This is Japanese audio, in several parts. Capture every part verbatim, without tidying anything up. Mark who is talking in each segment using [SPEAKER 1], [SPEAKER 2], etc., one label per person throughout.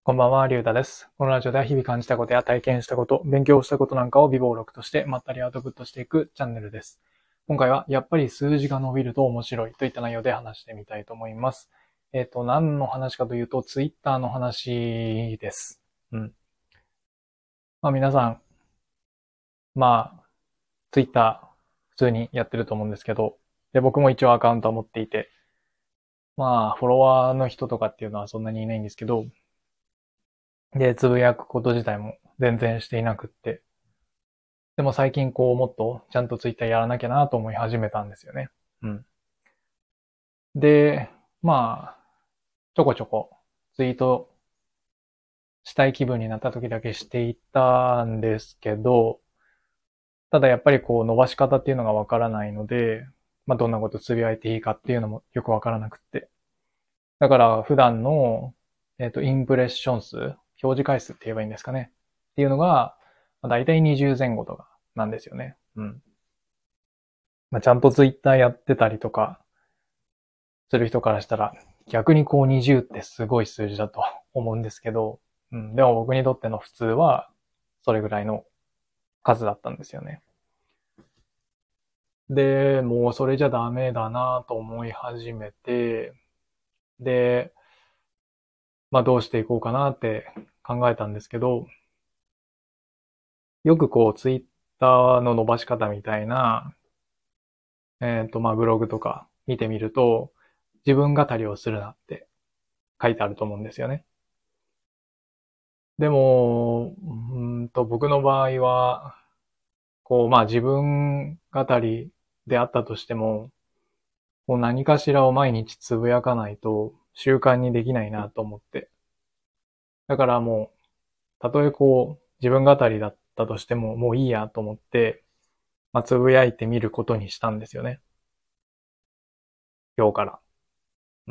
[SPEAKER 1] こんばんは、りゅうたです。このラジオでは日々感じたことや体験したこと、勉強したことなんかを微暴録としてまったりアウトプットしていくチャンネルです。今回はやっぱり数字が伸びると面白いといった内容で話してみたいと思います。えっ、と、何の話かというと、ツイッターの話です。うん。まあ皆さん、まあ、ツイッター普通にやってると思うんですけど、で、僕も一応アカウントは持っていて、まあ、フォロワーの人とかっていうのはそんなにいないんですけど、で、つぶやくこと自体も全然していなくって、でも最近こうもっとちゃんとツイッターやらなきゃなと思い始めたんですよね。うん。で、まあ、ちょこちょこツイートしたい気分になった時だけしていたんですけど、ただやっぱりこう伸ばし方っていうのがわからないので、まあどんなことつぶやいていいかっていうのもよくわからなくって。だから普段の、えっと、インプレッション数、表示回数って言えばいいんですかね。っていうのが、まあ、だいたいにじゅう前後とかなんですよね。うん。まあ、ちゃんとツイッターやってたりとか、する人からしたら、逆にこうにじゅうってすごい数字だと思うんですけど、うん、でも僕にとっての普通は、それぐらいの数だったんですよね。で、もうそれじゃダメだなと思い始めて、で、まあどうしていこうかなって考えたんですけど、よくこうツイッターの伸ばし方みたいな、えっとまあブログとか見てみると、自分語りをするなって書いてあると思うんですよね。でも、うんと僕の場合は、こう、まあ自分語りであったとしても、こう何かしらを毎日つぶやかないと習慣にできないなと思って。だからもう、たとえこう、自分語りだったとしても、もういいやと思って、まあつぶやいてみることにしたんですよね。今日から。うん。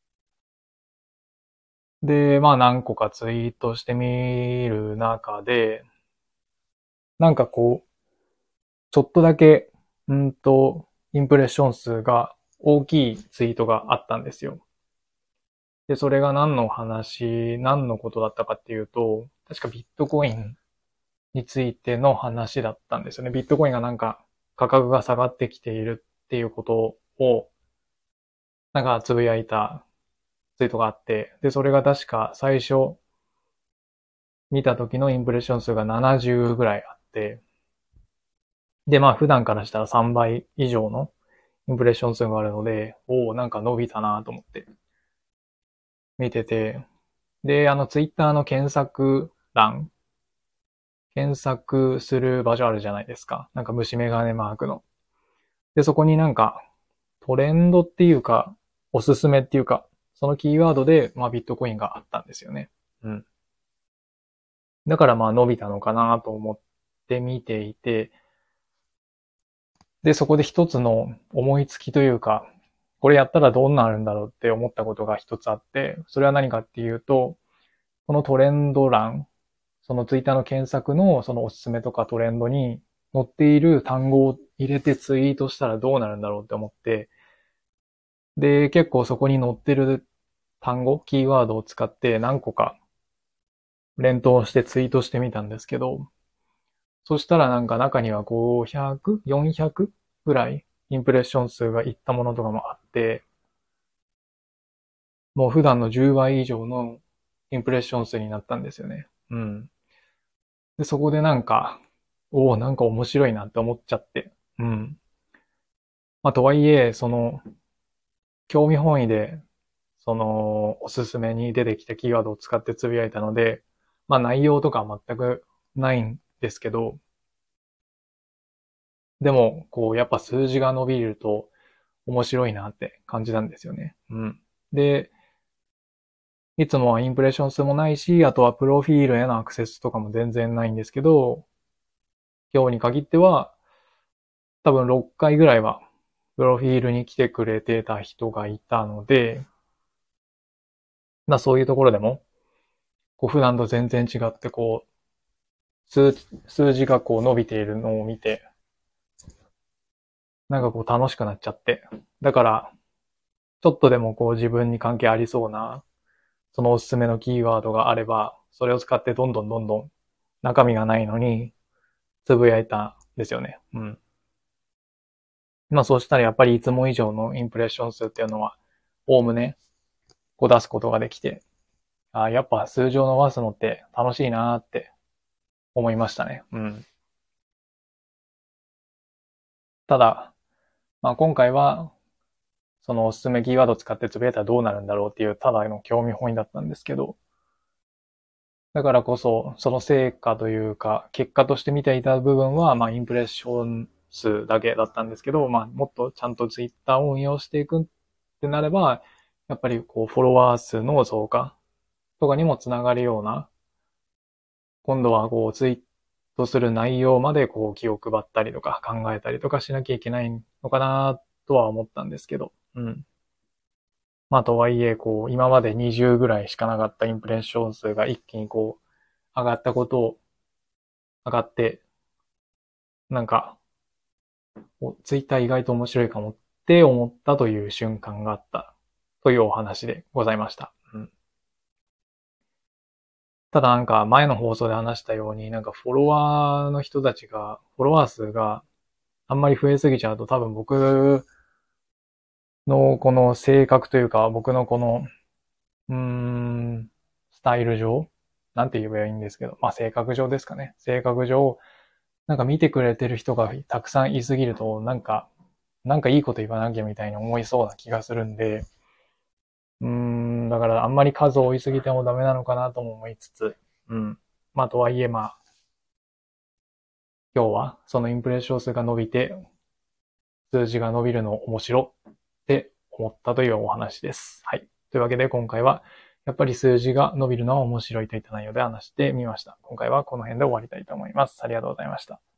[SPEAKER 1] で、まあ何個かツイートしてみる中で、なんかこう、ちょっとだけ、うんと、インプレッション数が大きいツイートがあったんですよ。で、それが何の話、何のことだったかっていうと、確かビットコインについての話だったんですよね。ビットコインがなんか価格が下がってきているっていうことを、なんかつぶやいたツイートがあって、で、それが確か最初見た時のインプレッション数がななじゅうぐらいあって、で、まあ普段からしたらさんばい以上のインプレッション数があるので、おお、なんか伸びたなと思って見てて、で、あのツイッターの検索欄、検索する場所あるじゃないですか。なんか虫眼鏡マークの。で、そこになんかトレンドっていうか、おすすめっていうか、そのキーワードで、まあビットコインがあったんですよね。うん。だからまあ伸びたのかなと思って見ていて、で、そこで一つの思いつきというか、これやったらどうなるんだろうって思ったことが一つあって、それは何かっていうと、このトレンド欄、そのツイッターの検索のそのおすすめとかトレンドに載っている単語を入れてツイートしたらどうなるんだろうって思って、で、結構そこに載ってる単語、キーワードを使って何個か連投してツイートしてみたんですけど、そしたらなんか中にはごひゃく、よんひゃくぐらいインプレッション数がいったものとかもあって、もう普段のじゅうばい以上のインプレッション数になったんですよね。うん。で、そこでなんか、おお、なんか面白いなって思っちゃって。うん。まあ、とはいえ、その、興味本位で、その、おすすめに出てきたキーワードを使ってつぶやいたので、まあ内容とかは全くないんですけど、でも、こう、やっぱ数字が伸びると面白いなって感じなんですよね。うん。で、いつもはインプレッション数もないし、あとはプロフィールへのアクセスとかも全然ないんですけど、今日に限っては、多分ろっかいぐらいは、プロフィールに来てくれてた人がいたので、まあそういうところでも、こう普段と全然違って、こう、数、数字がこう伸びているのを見て、なんかこう楽しくなっちゃって。だから、ちょっとでもこう自分に関係ありそうなそのおすすめのキーワードがあれば、それを使ってどんどんどんどん中身がないのにつぶやいたんですよね。うん。まあそうしたらやっぱりいつも以上のインプレッション数っていうのは、おおむね、こう出すことができて、あやっぱ数字を伸ばすのって楽しいなーって思いましたね。うん。ただ、まあ今回は、そのおすすめキーワードを使ってつぶやいたらどうなるんだろうっていう、ただの興味本位だったんですけど、だからこそ、その成果というか、結果として見ていた部分は、まあインプレッション数だけだったんですけど、まあもっとちゃんとツイッターを運用していくってなれば、やっぱりこうフォロワー数の増加とかにもつながるような、今度はこうツイートする内容までこう気を配ったりとか考えたりとかしなきゃいけないのかなとは思ったんですけど、うん。まあとはいえ、こう今までにじゅうぐらいしかなかったインプレッション数が一気にこう上がったことを、上がって、なんか、ツイッター意外と面白いかもって思ったという瞬間があったというお話でございました。うん。ただなんか前の放送で話したように、なんかフォロワーの人たちが、フォロワー数があんまり増えすぎちゃうと多分僕のこの性格というか、僕のこの、うーん、スタイル上なんて言えばいいんですけど、まあ性格上ですかね。性格上、なんか見てくれてる人がたくさんいすぎると、なんか、なんかいいこと言わなきゃみたいに思いそうな気がするんで、うーん、だからあんまり数を追いすぎてもダメなのかなとも思いつつ、うん。まあとはいえまあ、今日はそのインプレッション数が伸びて、数字が伸びるの面白って思ったというお話です。はい。というわけで今回は、やっぱり数字が伸びるのは面白いといった内容で話してみました。今回はこの辺で終わりたいと思います。ありがとうございました。